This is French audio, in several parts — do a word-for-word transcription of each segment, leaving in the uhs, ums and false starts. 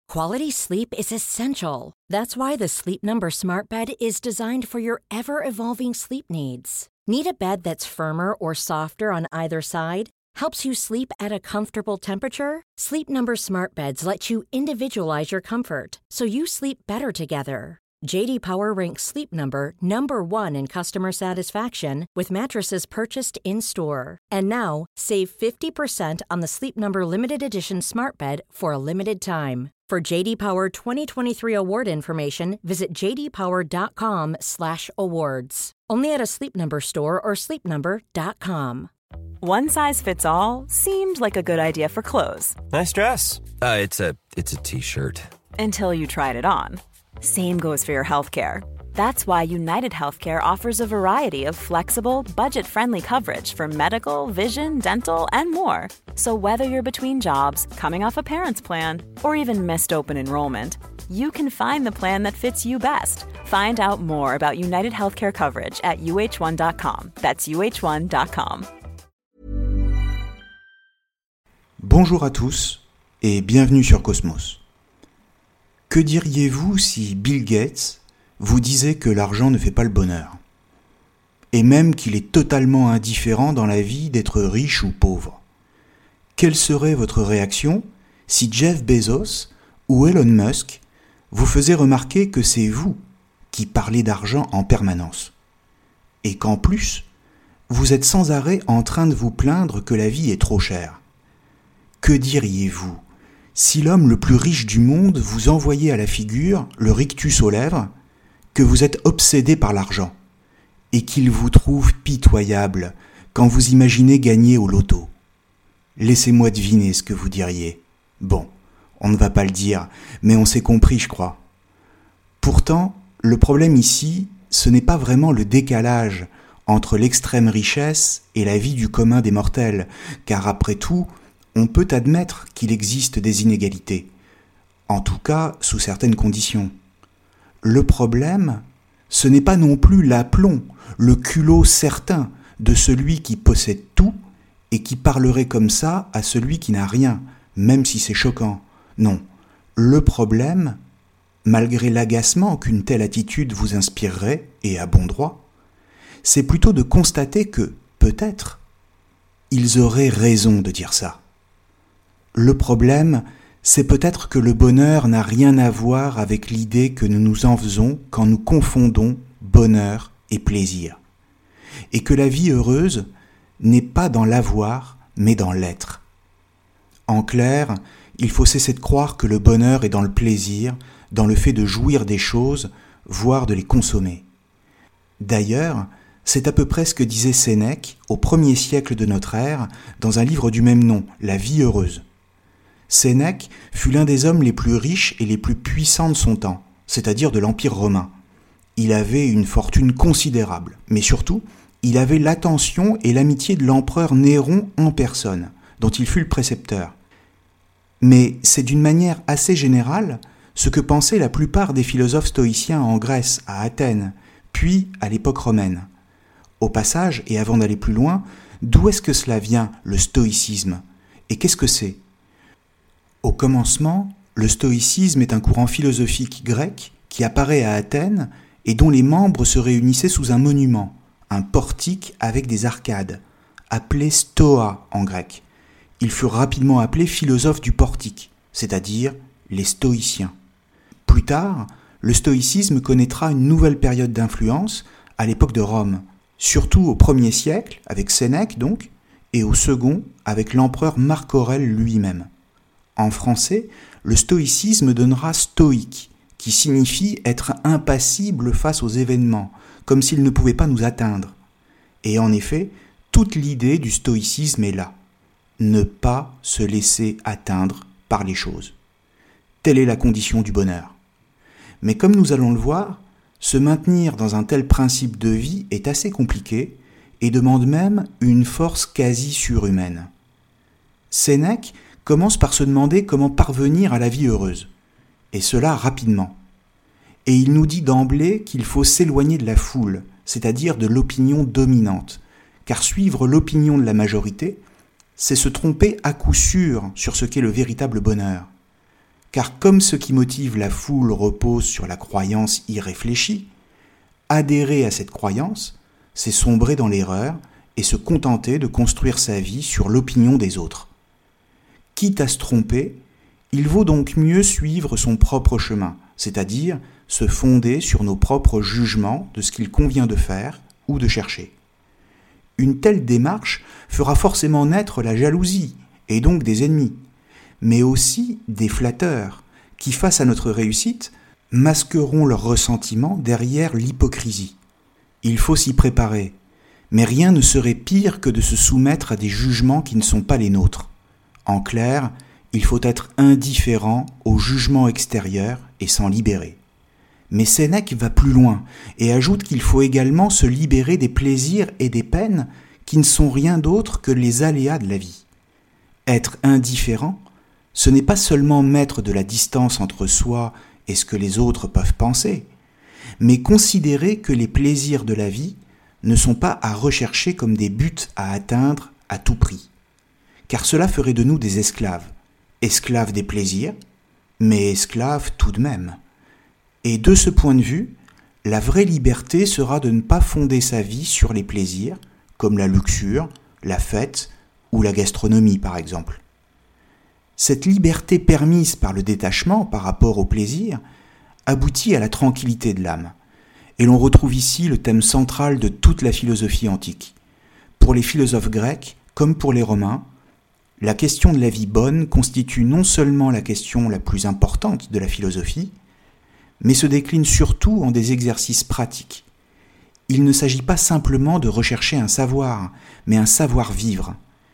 Quality sleep is essential. That's why the Sleep Number Smart Bed is designed for your ever-evolving sleep needs. Need a bed that's firmer or softer on either side? Helps you sleep at a comfortable temperature? Sleep Number Smart Beds let you individualize your comfort, so you sleep better together. J D Power ranks Sleep Number number one in customer satisfaction with mattresses purchased in-store. And now, save fifty percent on the Sleep Number Limited Edition Smart Bed for a limited time. For J D Power twenty twenty-three award information, visit j d power dot com slash awards. Only at a Sleep Number store or sleep number dot com. One size fits all seemed like a good idea for clothes. Nice dress. Uh, it's a it's a t-shirt. Until you tried it on. Same goes for your healthcare. That's why United Healthcare offers a variety of flexible, budget-friendly coverage for medical, vision, dental, and more. So whether you're between jobs, coming off a parent's plan, or even missed open enrollment, you can find the plan that fits you best. Find out more about United Healthcare coverage at u h one dot com. That's u h one dot com. Bonjour à tous et bienvenue sur Cosmos. Que diriez-vous si Bill Gates vous disait que l'argent ne fait pas le bonheur, et même qu'il est totalement indifférent dans la vie d'être riche ou pauvre? Quelle serait votre réaction si Jeff Bezos ou Elon Musk vous faisaient remarquer que c'est vous qui parlez d'argent en permanence, et qu'en plus, vous êtes sans arrêt en train de vous plaindre que la vie est trop chère? Que diriez-vous si l'homme le plus riche du monde vous envoyait à la figure le rictus aux lèvres, que vous êtes obsédé par l'argent, et qu'il vous trouve pitoyable quand vous imaginez gagner au loto? Laissez-moi deviner ce que vous diriez. Bon, on ne va pas le dire, mais on s'est compris, je crois. Pourtant, le problème ici, ce n'est pas vraiment le décalage entre l'extrême richesse et la vie du commun des mortels, car après tout, on peut admettre qu'il existe des inégalités, en tout cas sous certaines conditions. Le problème, ce n'est pas non plus l'aplomb, le culot certain de celui qui possède tout et qui parlerait comme ça à celui qui n'a rien, même si c'est choquant. Non, le problème, malgré l'agacement qu'une telle attitude vous inspirerait, et à bon droit, c'est plutôt de constater que, peut-être, ils auraient raison de dire ça. Le problème, c'est peut-être que le bonheur n'a rien à voir avec l'idée que nous nous en faisons quand nous confondons bonheur et plaisir. Et que la vie heureuse n'est pas dans l'avoir, mais dans l'être. En clair, il faut cesser de croire que le bonheur est dans le plaisir, dans le fait de jouir des choses, voire de les consommer. D'ailleurs, c'est à peu près ce que disait Sénèque au premier siècle de notre ère dans un livre du même nom, La vie heureuse. Sénèque fut l'un des hommes les plus riches et les plus puissants de son temps, c'est-à-dire de l'Empire romain. Il avait une fortune considérable, mais surtout, il avait l'attention et l'amitié de l'empereur Néron en personne, dont il fut le précepteur. Mais c'est d'une manière assez générale ce que pensaient la plupart des philosophes stoïciens en Grèce, à Athènes, puis à l'époque romaine. Au passage, et avant d'aller plus loin, d'où est-ce que cela vient, le stoïcisme? Et qu'est-ce que c'est? Au commencement, le stoïcisme est un courant philosophique grec qui apparaît à Athènes et dont les membres se réunissaient sous un monument, un portique avec des arcades, appelé stoa en grec. Ils furent rapidement appelés philosophes du portique, c'est-à-dire les stoïciens. Plus tard, le stoïcisme connaîtra une nouvelle période d'influence à l'époque de Rome, surtout au premier siècle, avec Sénèque donc, et au second, avec l'empereur Marc Aurèle lui-même. En français, le stoïcisme donnera stoïque, qui signifie être impassible face aux événements, comme s'ils ne pouvaient pas nous atteindre. Et en effet, toute l'idée du stoïcisme est là. Ne pas se laisser atteindre par les choses. Telle est la condition du bonheur. Mais comme nous allons le voir, se maintenir dans un tel principe de vie est assez compliqué et demande même une force quasi surhumaine. Sénèque commence par se demander comment parvenir à la vie heureuse, et cela rapidement. Et il nous dit d'emblée qu'il faut s'éloigner de la foule, c'est-à-dire de l'opinion dominante, car suivre l'opinion de la majorité, c'est se tromper à coup sûr sur ce qu'est le véritable bonheur. car comme ce qui motive la foule repose sur la croyance irréfléchie, adhérer à cette croyance, c'est sombrer dans l'erreur et se contenter de construire sa vie sur l'opinion des autres. Quitte à se tromper, il vaut donc mieux suivre son propre chemin, c'est-à-dire se fonder sur nos propres jugements de ce qu'il convient de faire ou de chercher. Une telle démarche fera forcément naître la jalousie, et donc des ennemis, mais aussi des flatteurs, qui, face à notre réussite, masqueront leur ressentiment derrière l'hypocrisie. Il faut s'y préparer, mais rien ne serait pire que de se soumettre à des jugements qui ne sont pas les nôtres. En clair, il faut être indifférent aux jugements extérieurs et s'en libérer. Mais Sénèque va plus loin et ajoute qu'il faut également se libérer des plaisirs et des peines qui ne sont rien d'autre que les aléas de la vie. Être indifférent, ce n'est pas seulement mettre de la distance entre soi et ce que les autres peuvent penser, mais considérer que les plaisirs de la vie ne sont pas à rechercher comme des buts à atteindre à tout prix. Car cela ferait de nous des esclaves, esclaves des plaisirs, mais esclaves tout de même. Et de ce point de vue, la vraie liberté sera de ne pas fonder sa vie sur les plaisirs, comme la luxure, la fête ou la gastronomie par exemple. Cette liberté permise par le détachement par rapport au plaisir aboutit à la tranquillité de l'âme. Et l'on retrouve ici le thème central de toute la philosophie antique. Pour les philosophes grecs, comme pour les Romains, la question de la vie bonne constitue non seulement la question la plus importante de la philosophie, mais se décline surtout en des exercices pratiques. Il ne s'agit pas simplement de rechercher un savoir, mais un savoir-vivre.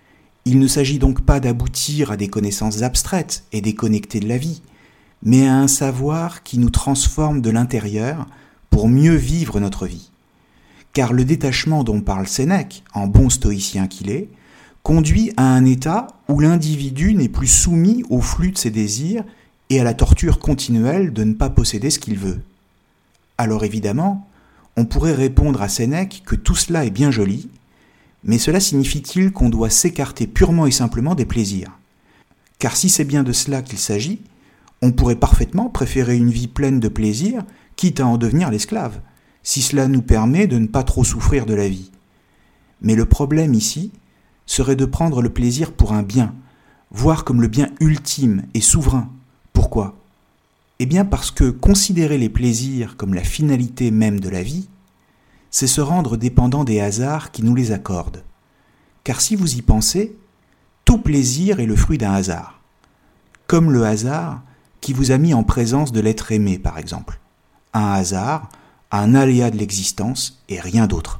Il ne s'agit donc pas d'aboutir à des connaissances abstraites et déconnectées de la vie, mais à un savoir qui nous transforme de l'intérieur pour mieux vivre notre vie. Car le détachement dont parle Sénèque, en bon stoïcien qu'il est, conduit à un état où l'individu n'est plus soumis au flux de ses désirs et à la torture continuelle de ne pas posséder ce qu'il veut. Alors évidemment, on pourrait répondre à Sénèque que tout cela est bien joli, mais cela signifie-t-il qu'on doit s'écarter purement et simplement des plaisirs ? Car si c'est bien de cela qu'il s'agit, on pourrait parfaitement préférer une vie pleine de plaisirs, quitte à en devenir l'esclave, si cela nous permet de ne pas trop souffrir de la vie. Mais le problème ici serait de prendre le plaisir pour un bien, voire comme le bien ultime et souverain. Pourquoi ? Eh bien parce que considérer les plaisirs comme la finalité même de la vie, c'est se rendre dépendant des hasards qui nous les accordent. Car si vous y pensez, tout plaisir est le fruit d'un hasard. Comme le hasard qui vous a mis en présence de l'être aimé, par exemple. Un hasard, un aléa de l'existence et rien d'autre.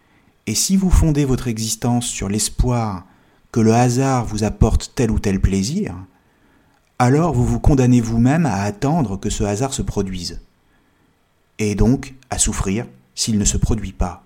Et si vous fondez votre existence sur l'espoir que le hasard vous apporte tel ou tel plaisir, alors vous vous condamnez vous-même à attendre que ce hasard se produise, et donc à souffrir s'il ne se produit pas.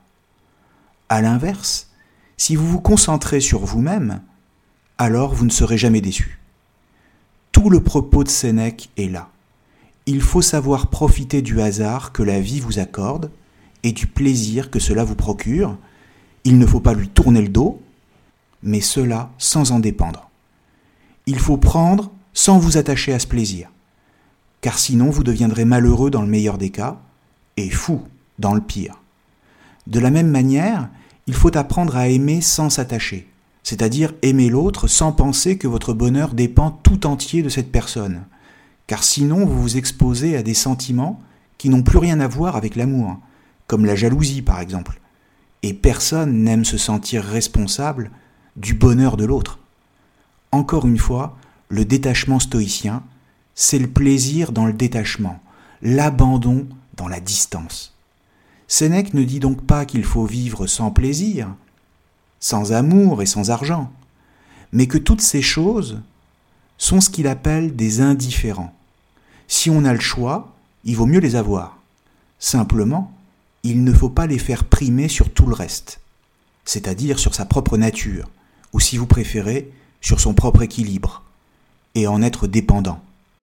À l'inverse, si vous vous concentrez sur vous-même, alors vous ne serez jamais déçu. Tout le propos de Sénèque est là. Il faut savoir profiter du hasard que la vie vous accorde et du plaisir que cela vous procure. Il ne faut pas lui tourner le dos, mais cela sans en dépendre. Il faut prendre sans vous attacher à ce plaisir, car sinon vous deviendrez malheureux dans le meilleur des cas et fou dans le pire. De la même manière, il faut apprendre à aimer sans s'attacher, c'est-à-dire aimer l'autre sans penser que votre bonheur dépend tout entier de cette personne, car sinon vous vous exposez à des sentiments qui n'ont plus rien à voir avec l'amour, comme la jalousie par exemple, et personne n'aime se sentir responsable du bonheur de l'autre. Encore une fois, le détachement stoïcien, c'est le plaisir dans le détachement, l'abandon dans la distance. Sénèque ne dit donc pas qu'il faut vivre sans plaisir, sans amour et sans argent, mais que toutes ces choses sont ce qu'il appelle des indifférents. Si on a le choix, il vaut mieux les avoir. Simplement, il ne faut pas les faire primer sur tout le reste, c'est-à-dire sur sa propre nature, ou si vous préférez, sur son propre équilibre, et en être dépendant.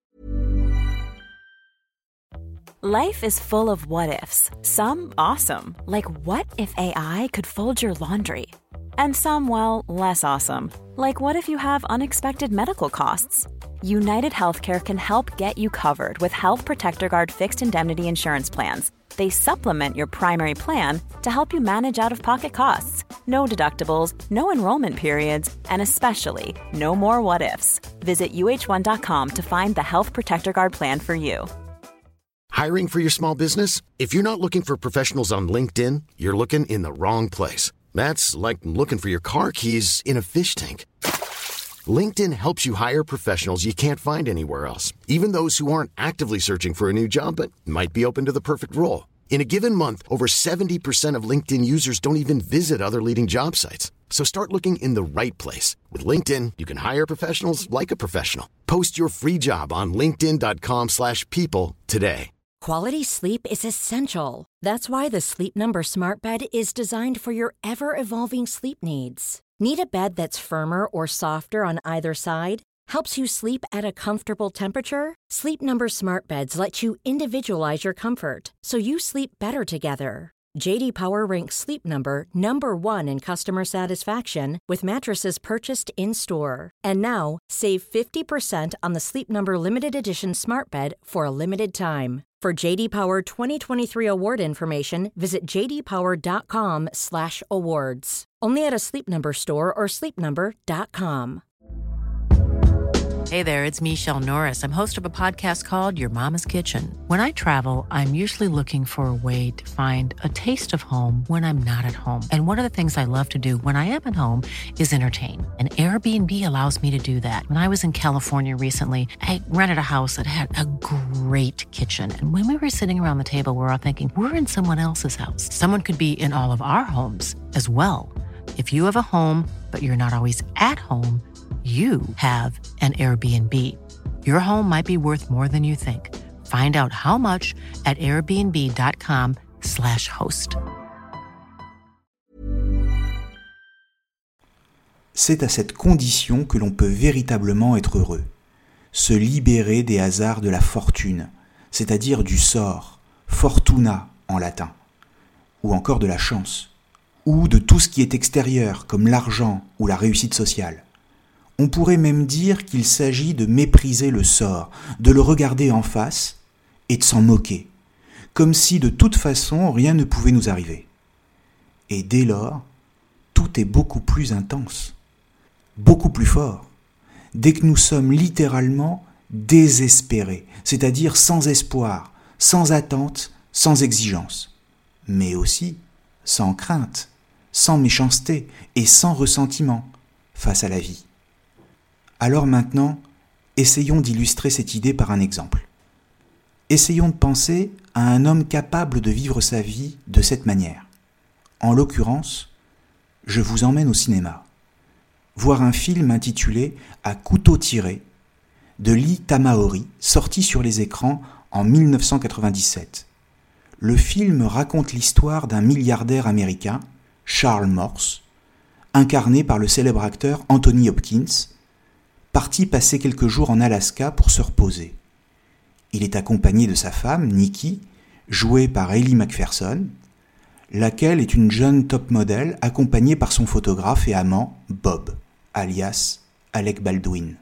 Life is full of what-ifs. Some awesome, like what if A I could fold your laundry? And some, well, less awesome. Like what if you have unexpected medical costs? United Healthcare can help get you covered with Health Protector Guard fixed indemnity insurance plans. They supplement your primary plan to help you manage out-of-pocket costs. No deductibles, no enrollment periods, and especially no more what-ifs. Visit U H one dot com to find the Health Protector Guard plan for you. Hiring for your small business? If you're not looking for professionals on LinkedIn, you're looking in the wrong place. That's like looking for your car keys in a fish tank. LinkedIn helps you hire professionals you can't find anywhere else, even those who aren't actively searching for a new job but might be open to the perfect role. In a given month, over seventy percent of LinkedIn users don't even visit other leading job sites. So start looking in the right place. With LinkedIn, you can hire professionals like a professional. Post your free job on linkedin dot com slash people today. Quality sleep is essential. That's why the Sleep Number Smart Bed is designed for your ever-evolving sleep needs. Need a bed that's firmer or softer on either side? Helps you sleep at a comfortable temperature? Sleep Number Smart Beds let you individualize your comfort, so you sleep better together. J D Power ranks Sleep Number number one in customer satisfaction with mattresses purchased in-store. And now, save fifty percent on the Sleep Number Limited Edition Smart Bed for a limited time. For J D Power twenty twenty-three award information, visit j d power dot com slash awards. Only at a Sleep Number store or sleep number dot com. Hey there, it's Michelle Norris. I'm host of a podcast called Your Mama's Kitchen. When I travel, I'm usually looking for a way to find a taste of home when I'm not at home. And one of the things I love to do when I am at home is entertain. And Airbnb allows me to do that. When I was in California recently, I rented a house that had a great kitchen. And when we were sitting around the table, we were all thinking, we're in someone else's house. Someone could be in all of our homes as well. If you have a home, but you're not always at home, you have an Airbnb. Your home might be worth more than you think. Find out how much at airbnb dot com slash host. C'est à cette condition que l'on peut véritablement être heureux. Se libérer des hasards de la fortune, c'est-à-dire du sort, fortuna en latin, ou encore de la chance, ou de tout ce qui est extérieur, comme l'argent ou la réussite sociale. On pourrait même dire qu'il s'agit de mépriser le sort, de le regarder en face et de s'en moquer, comme si de toute façon rien ne pouvait nous arriver. Et dès lors, tout est beaucoup plus intense, beaucoup plus fort, dès que nous sommes littéralement désespérés, c'est-à-dire sans espoir, sans attente, sans exigence, mais aussi sans crainte, sans méchanceté et sans ressentiment face à la vie. Alors maintenant, essayons d'illustrer cette idée par un exemple. Essayons de penser à un homme capable de vivre sa vie de cette manière. En l'occurrence, je vous emmène au cinéma, voir un film intitulé « À couteau tiré » de Lee Tamahori, sorti sur les écrans en dix-neuf cent quatre-vingt-dix-sept. Le film raconte l'histoire d'un milliardaire américain, Charles Morse, incarné par le célèbre acteur Anthony Hopkins, parti passer quelques jours en Alaska pour se reposer. Il est accompagné de sa femme, Nikki, jouée par Hayley McPherson, laquelle est une jeune top model accompagnée par son photographe et amant, Bob, alias Alec Baldwin.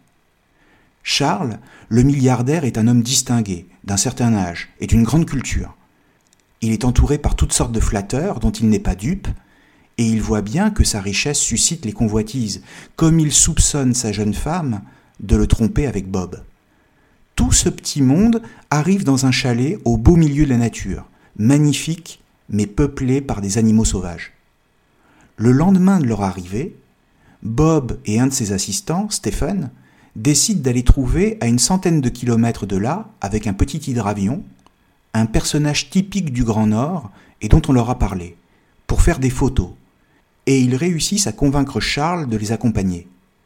Charles, le milliardaire, est un homme distingué, d'un certain âge et d'une grande culture. Il est entouré par toutes sortes de flatteurs dont il n'est pas dupe, et il voit bien que sa richesse suscite les convoitises, comme il soupçonne sa jeune femme de le tromper avec Bob. Tout ce petit monde arrive dans un chalet au beau milieu de la nature, magnifique mais peuplé par des animaux sauvages. Le lendemain de leur arrivée, Bob et un de ses assistants, Stephen, décident d'aller trouver à une centaine de kilomètres de là, avec un petit hydravion, un personnage typique du Grand Nord et dont on leur a parlé, pour faire des photos. Et ils réussissent à convaincre Charles de les accompagner.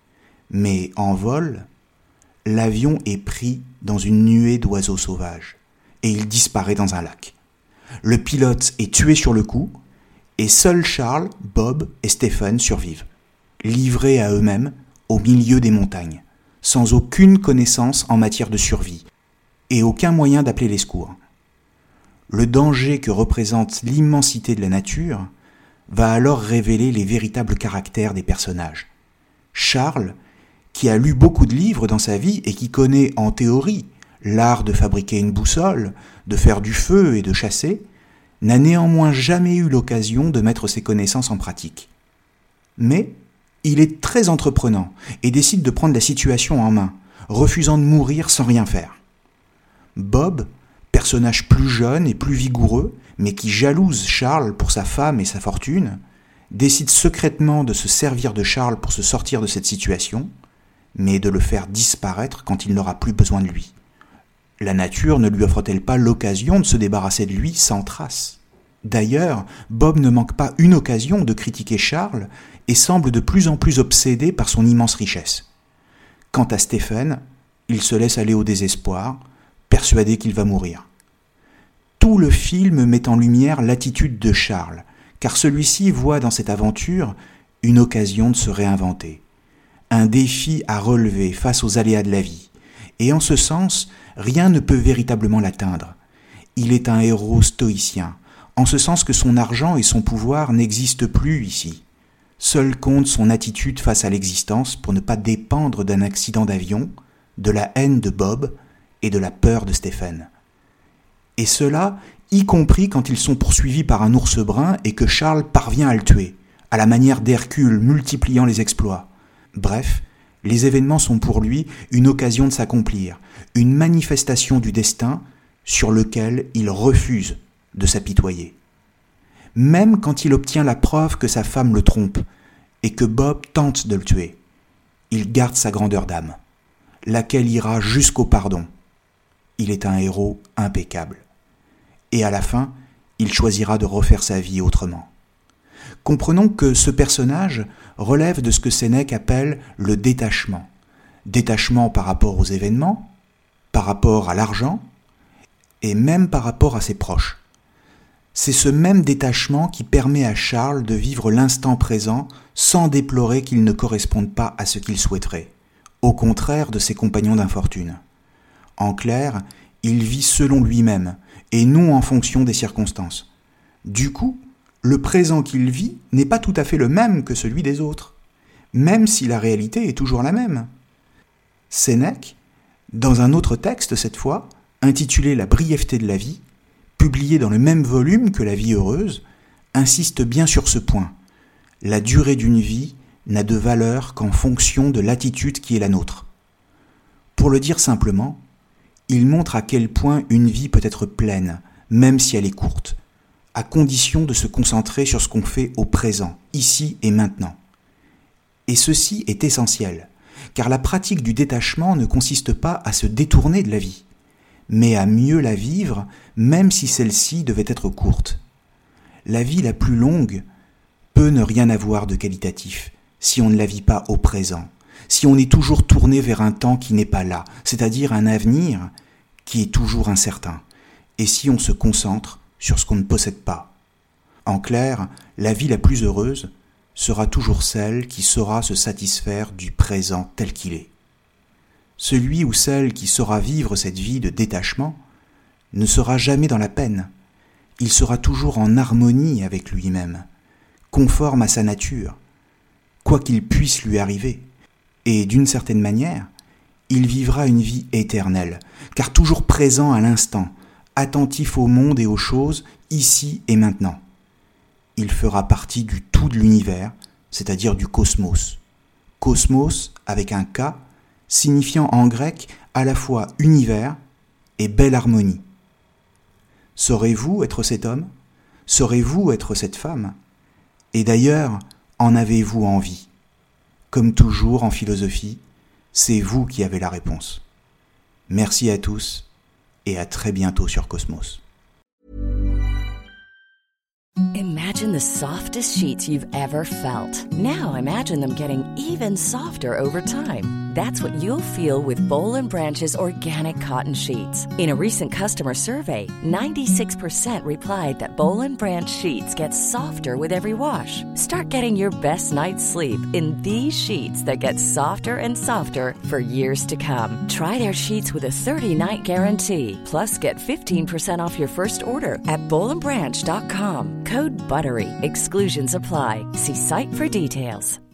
Mais en vol, l'avion est pris dans une nuée d'oiseaux sauvages et il disparaît dans un lac. Le pilote est tué sur le coup et seuls Charles, Bob et Stephen survivent, livrés à eux-mêmes au milieu des montagnes, sans aucune connaissance en matière de survie et aucun moyen d'appeler les secours. Le danger que représente l'immensité de la nature va alors révéler les véritables caractères des personnages. Charles, qui a lu beaucoup de livres dans sa vie et qui connaît en théorie l'art de fabriquer une boussole, de faire du feu et de chasser, n'a néanmoins jamais eu l'occasion de mettre ses connaissances en pratique. Mais il est très entreprenant et décide de prendre la situation en main, refusant de mourir sans rien faire. Bob, personnage plus jeune et plus vigoureux, mais qui jalouse Charles pour sa femme et sa fortune, décide secrètement de se servir de Charles pour se sortir de cette situation, mais de le faire disparaître quand il n'aura plus besoin de lui. La nature ne lui offre-t-elle pas l'occasion de se débarrasser de lui sans trace ? D'ailleurs, Bob ne manque pas une occasion de critiquer Charles et semble de plus en plus obsédé par son immense richesse. Quant à Stephen, il se laisse aller au désespoir, persuadé qu'il va mourir. Tout le film met en lumière l'attitude de Charles, car celui-ci voit dans cette aventure une occasion de se réinventer, un défi à relever face aux aléas de la vie, et en ce sens, rien ne peut véritablement l'atteindre. Il est un héros stoïcien, en ce sens que son argent et son pouvoir n'existent plus ici. Seul compte son attitude face à l'existence pour ne pas dépendre d'un accident d'avion, de la haine de Bob et de la peur de Stephen. Et cela, y compris quand ils sont poursuivis par un ours brun et que Charles parvient à le tuer, à la manière d'Hercule multipliant les exploits. Bref, les événements sont pour lui une occasion de s'accomplir, une manifestation du destin sur lequel il refuse de s'apitoyer. Même quand il obtient la preuve que sa femme le trompe et que Bob tente de le tuer, il garde sa grandeur d'âme, laquelle ira jusqu'au pardon. Il est un héros impeccable. Et à la fin, il choisira de refaire sa vie autrement. Comprenons que ce personnage relève de ce que Sénèque appelle le détachement. Détachement par rapport aux événements, par rapport à l'argent, et même par rapport à ses proches. C'est ce même détachement qui permet à Charles de vivre l'instant présent sans déplorer qu'il ne corresponde pas à ce qu'il souhaiterait, au contraire de ses compagnons d'infortune. En clair, il vit selon lui-même, et non en fonction des circonstances. Du coup, le présent qu'il vit n'est pas tout à fait le même que celui des autres, même si la réalité est toujours la même. Sénèque, dans un autre texte cette fois, intitulé « La brièveté de la vie », publié dans le même volume que La vie heureuse, insiste bien sur ce point. La durée d'une vie n'a de valeur qu'en fonction de l'attitude qui est la nôtre. Pour le dire simplement, il montre à quel point une vie peut être pleine, même si elle est courte, à condition de se concentrer sur ce qu'on fait au présent, ici et maintenant. Et ceci est essentiel, car la pratique du détachement ne consiste pas à se détourner de la vie, mais à mieux la vivre, même si celle-ci devait être courte. La vie la plus longue peut ne rien avoir de qualitatif, si on ne la vit pas au présent, si on est toujours tourné vers un temps qui n'est pas là, c'est-à-dire un avenir qui est toujours incertain, et si on se concentre sur ce qu'on ne possède pas. En clair, la vie la plus heureuse sera toujours celle qui saura se satisfaire du présent tel qu'il est. Celui ou celle qui saura vivre cette vie de détachement ne sera jamais dans la peine. Il sera toujours en harmonie avec lui-même, conforme à sa nature, quoi qu'il puisse lui arriver. Et d'une certaine manière, il vivra une vie éternelle, car toujours présent à l'instant, attentif au monde et aux choses, ici et maintenant. Il fera partie du tout de l'univers, c'est-à-dire du cosmos. Cosmos avec un K, signifiant en grec à la fois univers et belle harmonie. Saurez-vous être cet homme ? Saurez-vous être cette femme ? Et d'ailleurs, en avez-vous envie ? Comme toujours en philosophie, c'est vous qui avez la réponse. Merci à tous et à très bientôt sur Cosmos. Imagine the softest sheets you've ever felt. Now imagine them getting even softer over time. That's what you'll feel with Bowl and Branch's organic cotton sheets. In a recent customer survey, ninety-six percent replied that Bowl and Branch sheets get softer with every wash. Start getting your best night's sleep in these sheets that get softer and softer for years to come. Try their sheets with a thirty-night guarantee. Plus, get fifteen percent off your first order at bowl and branch dot com. Code BUTTERY. Exclusions apply. See site for details.